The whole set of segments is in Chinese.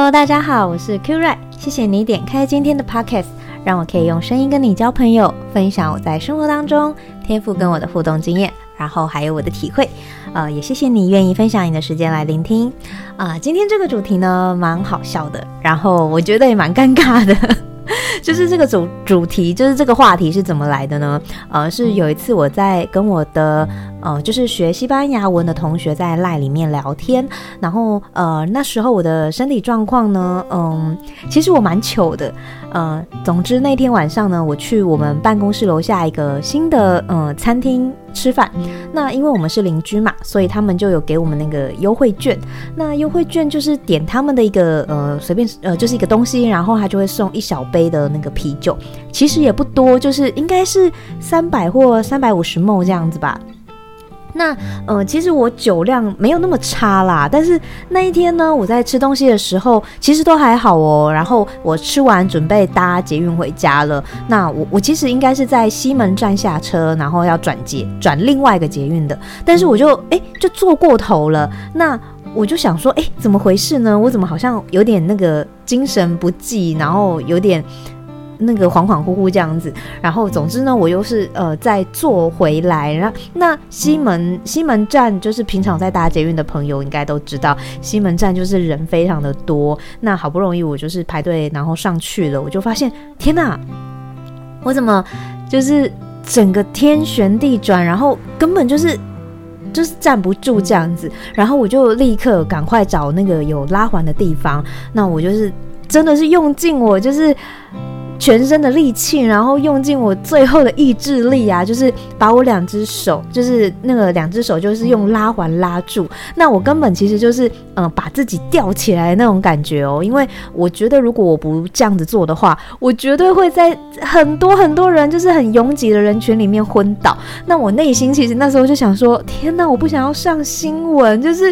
Hello， 大家好，我是 Q-Ray， 谢谢你点开今天的 Podcast， 让我可以用声音跟你交朋友，分享我在生活当中天赋跟我的互动经验，然后还有我的体会。也谢谢你愿意分享你的时间来聆听。今天这个主题呢，蛮好笑的，然后我觉得也蛮尴尬的。就是这个主题，就是这个话题是怎么来的呢？是有一次我在跟我的就是学西班牙文的同学在 LINE 里面聊天，然后那时候我的身体状况呢，其实我蛮糗的。总之那天晚上呢，我去我们办公室楼下一个新的餐厅吃饭。那因为我们是邻居嘛，所以他们就有给我们那个优惠券。那优惠券就是点他们的一个随便就是一个东西，然后他就会送一小杯的那个啤酒，其实也不多，就是应该是300或350ml这样子吧。那其实我酒量没有那么差啦，但是那一天呢，我在吃东西的时候其实都还好哦。然后我吃完准备搭捷运回家了。那我其实应该是在西门站下车，然后要转另外一个捷运的，但是我就坐过头了。那我就想说，怎么回事呢？我怎么好像有点那个精神不济，然后有点那个恍恍惚惚这样子。然后总之呢，我又是再坐回来。然后那西门站，就是平常在搭捷运的朋友应该都知道，西门站就是人非常的多。那好不容易我就是排队然后上去了，我就发现天哪，我怎么就是整个天旋地转，然后根本就是站不住这样子。然后我就立刻赶快找那个有拉环的地方。那我就是真的是用尽我就是全身的力气，然后用尽我最后的意志力啊，就是把我两只手就是用拉环拉住。那我根本其实就是把自己吊起来的那种感觉哦。因为我觉得如果我不这样子做的话，我绝对会在很多很多人就是很拥挤的人群里面昏倒。那我内心其实那时候就想说，天哪，我不想要上新闻，就是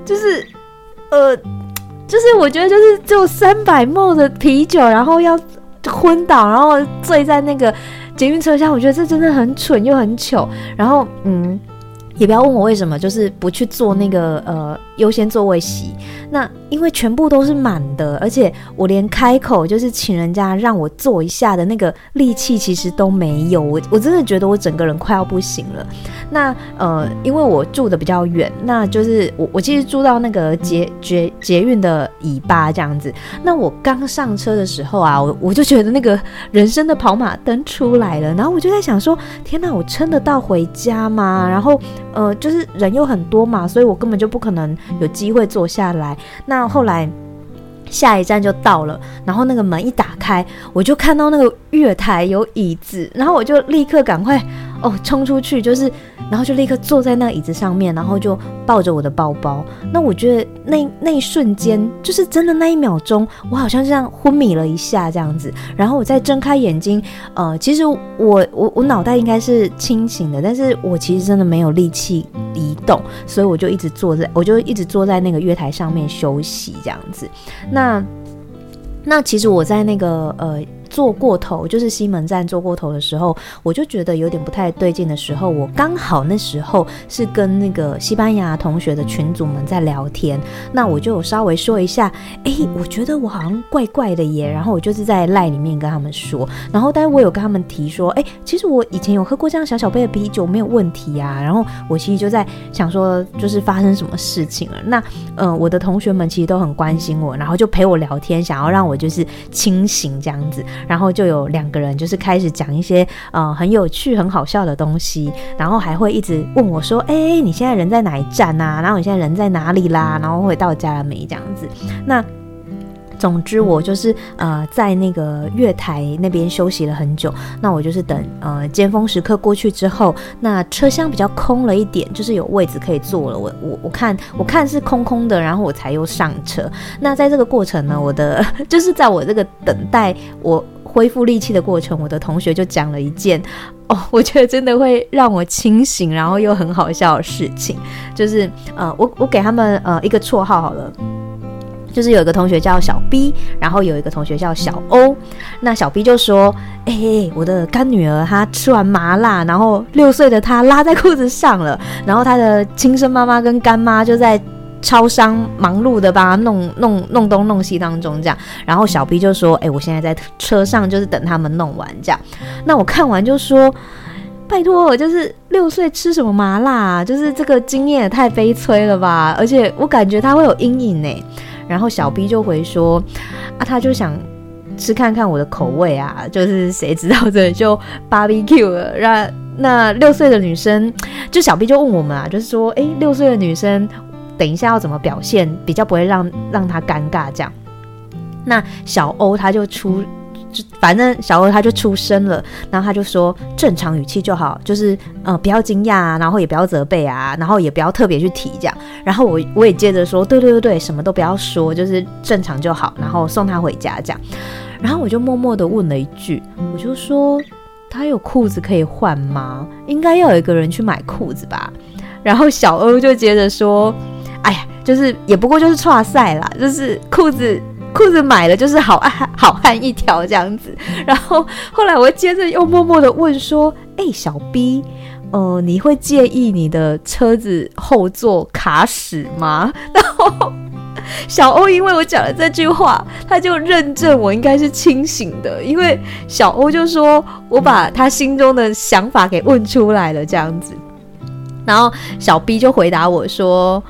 我觉得就是只有300ml的啤酒，然后要昏倒，然后醉在那个捷运车厢，我觉得这真的很蠢又很糗。然后也不要问我为什么就是不去坐那个优先座位席。那因为全部都是满的，而且我连开口就是请人家让我坐一下的那个力气其实都没有。我真的觉得我整个人快要不行了。那因为我住的比较远，那就是我其实住到那个捷运的尾巴这样子。那我刚上车的时候啊，我就觉得那个人生的跑马灯出来了。然后我就在想说，天哪，我撑得到回家吗？然后就是人又很多嘛，所以我根本就不可能有机会坐下来。那后来下一站就到了，然后那个门一打开，我就看到那个月台有椅子，然后我就立刻赶快冲出去，然后就立刻坐在那个椅子上面，然后就抱着我的包包。那我觉得那一瞬间，就是真的那一秒钟，我好像这样昏迷了一下这样子。然后我再睁开眼睛，其实我脑袋应该是清醒的，但是我其实真的没有力气移动，所以我就一直坐在那个月台上面休息这样子。那其实我在那个坐过头，就是西门站坐过头的时候，我就觉得有点不太对劲的时候，我刚好那时候是跟那个西班牙同学的群组们在聊天。那我就有稍微说一下，我觉得我好像怪怪的耶。然后我就是在 LINE 里面跟他们说，然后但是我有跟他们提说，其实我以前有喝过这样小杯的啤酒，没有问题啊。然后我其实就在想说，就是发生什么事情了。那我的同学们其实都很关心我，然后就陪我聊天，想要让我就是清醒这样子。然后就有2个人就是开始讲一些很有趣很好笑的东西，然后还会一直问我说，你现在人在哪一站啊？然后你现在人在哪里啦？然后回到家了没这样子。那总之我就是在那个月台那边休息了很久。那我就是等尖峰时刻过去之后，那车厢比较空了一点，就是有位置可以坐了。我看是空空的，然后我才又上车。那在这个过程呢，就是在我这个等待我恢复力气的过程，我的同学就讲了一件我觉得真的会让我清醒然后又很好笑的事情。就是我给他们一个绰号好了，就是有一个同学叫小 B， 然后有一个同学叫小 O。 那小 B 就说，我的干女儿她吃完麻辣，然后6岁的她拉在裤子上了，然后她的亲生妈妈跟干妈就在超商忙碌的帮他弄东弄西当中这样，然后小 B 就说我现在在车上就是等他们弄完这样。那我看完就说拜托我就是6岁吃什么麻辣啊，就是这个经验也太悲催了吧，而且我感觉他会有阴影耶。然后小 B 就回说他就想吃看看我的口味啊，就是谁知道这就 barbecue 了。那6岁的女生，就小 B 就问我们啊，就是说6岁的女生等一下要怎么表现比较不会让她尴尬这样。那小欧他就反正小欧他就出声了，然后他就说正常语气就好，就是不要惊讶啊，然后也不要责备啊，然后也不要特别去提这样。然后我也接着说对，什么都不要说，就是正常就好，然后送他回家这样。然后我就默默的问了一句，我就说他有裤子可以换吗？应该要有一个人去买裤子吧。然后小欧就接着说哎呀，就是也不过就是剉赛啦，就是裤子买了就是好汉一条这样子。然后后来我接着又默默的问说小 B你会介意你的车子后座卡屎吗？然后小欧因为我讲了这句话，他就认证我应该是清醒的，因为小欧就说我把他心中的想法给问出来了这样子。然后小 B 就回答我说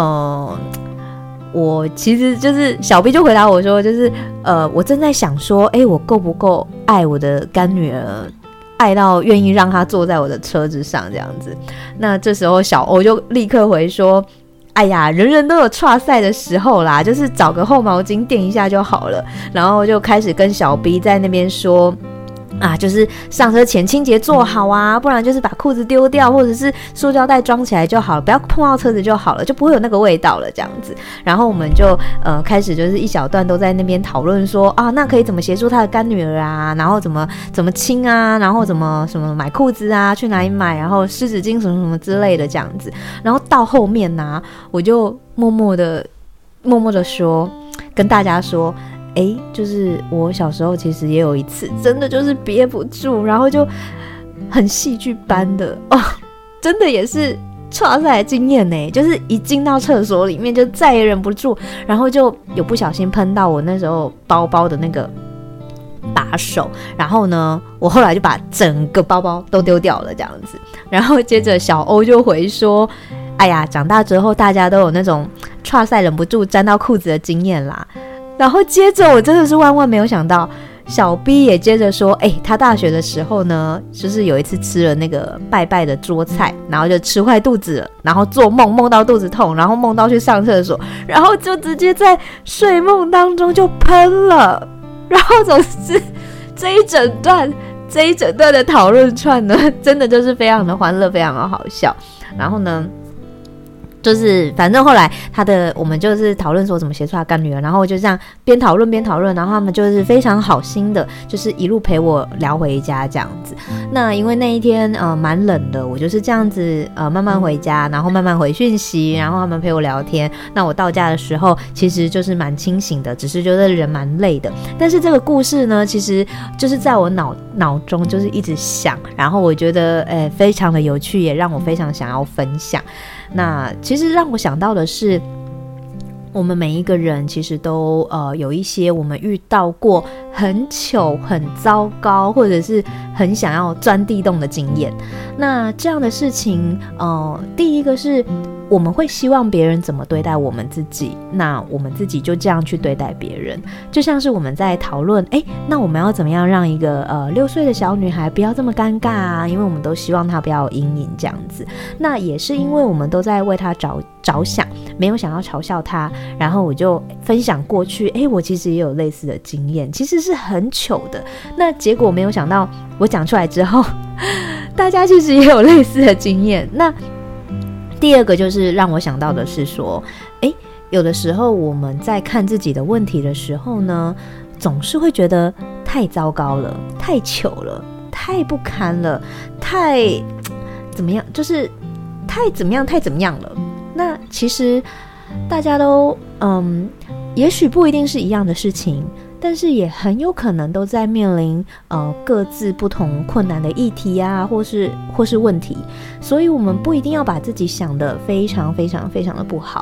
我其实就是小 B 就回答我说就是我正在想说我够不够爱我的干女儿，爱到愿意让她坐在我的车子上这样子。那这时候小欧就立刻回说哎呀，人人都有剉赛的时候啦，就是找个厚毛巾垫一下就好了。然后就开始跟小 B 在那边说就是上车前清洁做好啊，不然就是把裤子丢掉，或者是塑胶袋装起来就好了，不要碰到车子就好了，就不会有那个味道了这样子。然后我们就开始就是一小段都在那边讨论说那可以怎么协助他的干女儿啊，然后怎么亲啊，然后怎么什么买裤子啊，去哪里买，然后湿纸巾什么什么之类的这样子。然后到后面啊，我就默默的说，跟大家说就是我小时候其实也有一次真的就是憋不住，然后就很戏剧般的真的也是剉赛的经验呢，就是一进到厕所里面就再也忍不住，然后就有不小心喷到我那时候包包的那个把手，然后呢我后来就把整个包包都丢掉了这样子。然后接着小欧就回说哎呀，长大之后大家都有那种剉赛忍不住沾到裤子的经验啦。然后接着我真的是万万没有想到，小 B 也接着说他大学的时候呢，就是有一次吃了那个拜拜的桌菜，然后就吃坏肚子了，然后做梦到肚子痛，然后梦到去上厕所，然后就直接在睡梦当中就喷了。然后总之这一整段的讨论串呢，真的就是非常的欢乐，非常的好笑。然后呢就是反正后来我们就是讨论说怎么协助他干女儿，然后就这样边讨论，然后他们就是非常好心的，就是一路陪我聊回家这样子。那因为那一天蛮冷的，我就是这样子慢慢回家，然后慢慢回讯息，然后他们陪我聊天。那我到家的时候其实就是蛮清醒的，只是就是人蛮累的。但是这个故事呢，其实就是在我脑中就是一直想，然后我觉得非常的有趣，也让我非常想要分享。那其实让我想到的是，我们每一个人其实都有一些我们遇到过很糗、很糟糕，或者是很想要钻地洞的经验。那这样的事情，第一个是我们会希望别人怎么对待我们自己，那我们自己就这样去对待别人。就像是我们在讨论那我们要怎么样让一个6岁的小女孩不要这么尴尬啊，因为我们都希望她不要有阴影这样子。那也是因为我们都在为她着想，没有想要嘲笑她。然后我就分享过去我其实也有类似的经验，其实是很糗的。那结果没有想到我讲出来之后大家其实也有类似的经验。那第二个就是让我想到的是说有的时候我们在看自己的问题的时候呢，总是会觉得太糟糕了，太糗了，太不堪了，太怎么样，就是太怎么样了。那其实大家都也许不一定是一样的事情，但是也很有可能都在面临各自不同困难的议题啊，或是问题。所以我们不一定要把自己想得非常非常非常的不好，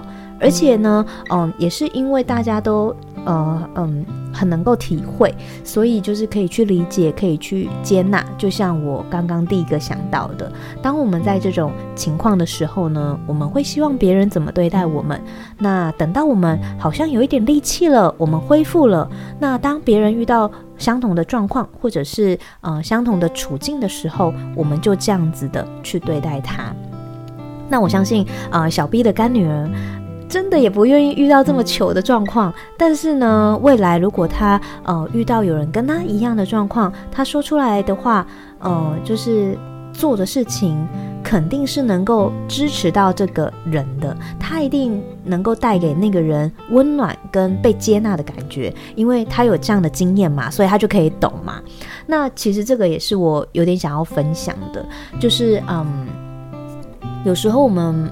而且呢，也是因为大家都很能够体会，所以就是可以去理解，可以去接纳。就像我刚刚第一个想到的，当我们在这种情况的时候呢，我们会希望别人怎么对待我们。那等到我们好像有一点力气了，我们恢复了，那当别人遇到相同的状况，或者是相同的处境的时候，我们就这样子的去对待他。那我相信小 B 的干女儿真的也不愿意遇到这么糗的状况，但是呢，未来如果他遇到有人跟他一样的状况，他说出来的话，就是做的事情肯定是能够支持到这个人的，他一定能够带给那个人温暖跟被接纳的感觉，因为他有这样的经验嘛，所以他就可以懂嘛。那其实这个也是我有点想要分享的，就是有时候我们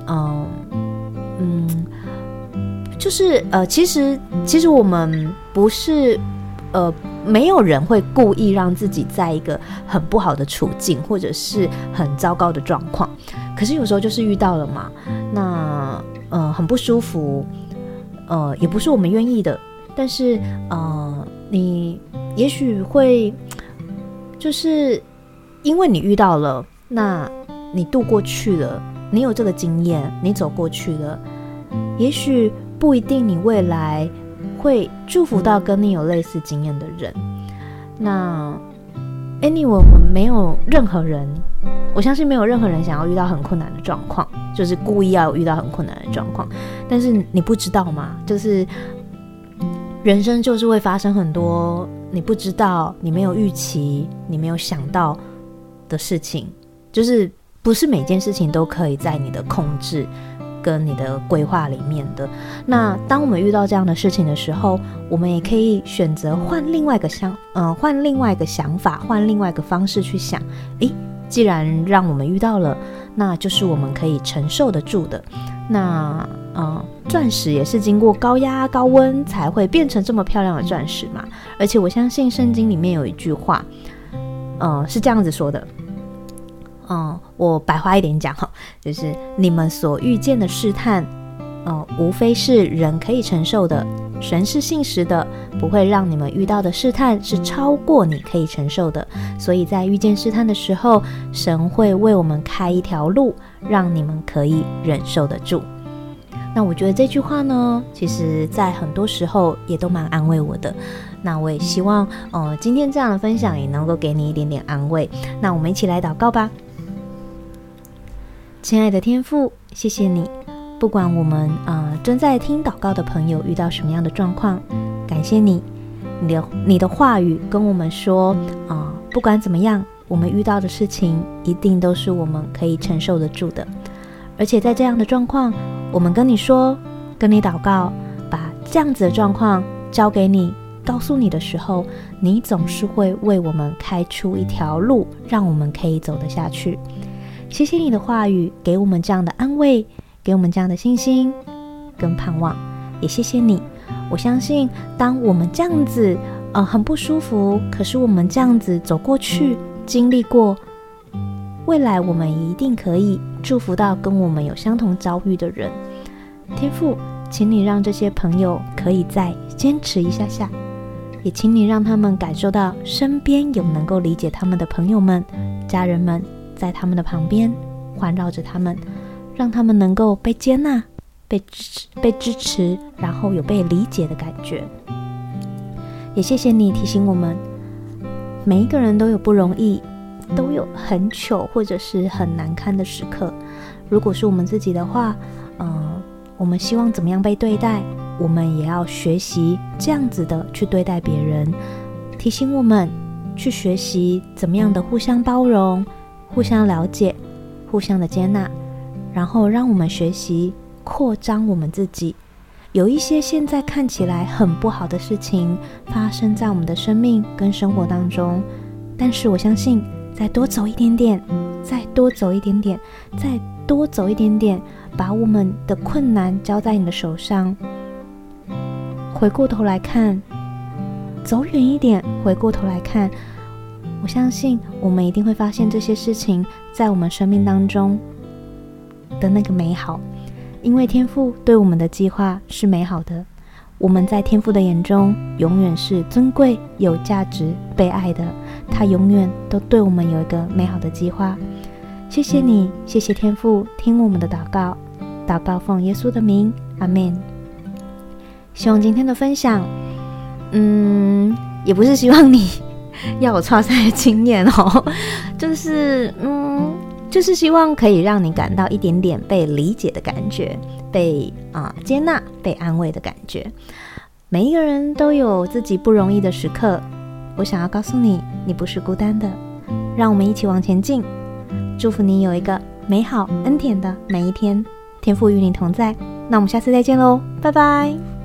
就是其实我们不是没有人会故意让自己在一个很不好的处境或者是很糟糕的状况，可是有时候就是遇到了嘛，那很不舒服，也不是我们愿意的，但是你也许会就是因为你遇到了，那你度过去了，你有这个经验，你走过去了，也许不一定你未来会祝福到跟你有类似经验的人。那 anyway 我们没有任何人，我相信没有任何人想要遇到很困难的状况，就是故意要遇到很困难的状况，但是你不知道吗，就是人生就是会发生很多你不知道，你没有预期，你没有想到的事情，就是不是每件事情都可以在你的控制跟你的规划里面的。那当我们遇到这样的事情的时候，我们也可以选择换另外一个想法，换另外一个方式去想，既然让我们遇到了，那就是我们可以承受得住的。那钻石也是经过高压高温才会变成这么漂亮的钻石嘛。而且我相信圣经里面有一句话是这样子说的，我白话一点讲，就是你们所遇见的试探无非是人可以承受的，神是信实的，不会让你们遇到的试探是超过你可以承受的，所以在遇见试探的时候，神会为我们开一条路，让你们可以忍受得住。那我觉得这句话呢，其实在很多时候也都蛮安慰我的。那我也希望今天这样的分享也能够给你一点点安慰。那我们一起来祷告吧。亲爱的天父，谢谢你，不管我们正在听祷告的朋友遇到什么样的状况，感谢你，你的话语跟我们说不管怎么样，我们遇到的事情一定都是我们可以承受得住的。而且在这样的状况，我们跟你说，跟你祷告，把这样子的状况交给你，告诉你的时候，你总是会为我们开出一条路，让我们可以走得下去。谢谢你的话语给我们这样的安慰，给我们这样的信心跟盼望，也谢谢你。我相信当我们这样子很不舒服，可是我们这样子走过去，经历过，未来我们一定可以祝福到跟我们有相同遭遇的人。天父，请你让这些朋友可以再坚持一下下，也请你让他们感受到身边有能够理解他们的朋友们、家人们在他们的旁边环绕着他们，让他们能够被接纳、被支持，然后有被理解的感觉。也谢谢你提醒我们，每一个人都有不容易，都有很糗或者是很难堪的时刻。如果是我们自己的话，我们希望怎么样被对待，我们也要学习这样子的去对待别人，提醒我们去学习怎么样的互相包容、互相了解、互相的接纳，然后让我们学习扩张我们自己。有一些现在看起来很不好的事情发生在我们的生命跟生活当中，但是我相信再多走一点点，再多走一点点，再多走一点点，把我们的困难交在你的手上，回过头来看，走远一点，回过头来看，我相信我们一定会发现这些事情在我们生命当中的那个美好， 因为天父对我们的计划是美好的，我们在天父的眼中永远是尊贵、有价值、被爱的，他永远都对我们有一个美好的计划。谢谢你，谢谢天父听我们的祷告，祷告奉耶稣的名，阿们。希望今天的分享也不是希望你要有挫赛的经验哦，就是希望可以让你感到一点点被理解的感觉，被接纳、被安慰的感觉。每一个人都有自己不容易的时刻，我想要告诉你，你不是孤单的。让我们一起往前进，祝福你有一个美好恩典的每一天，天父与你同在。那我们下次再见喽，拜拜。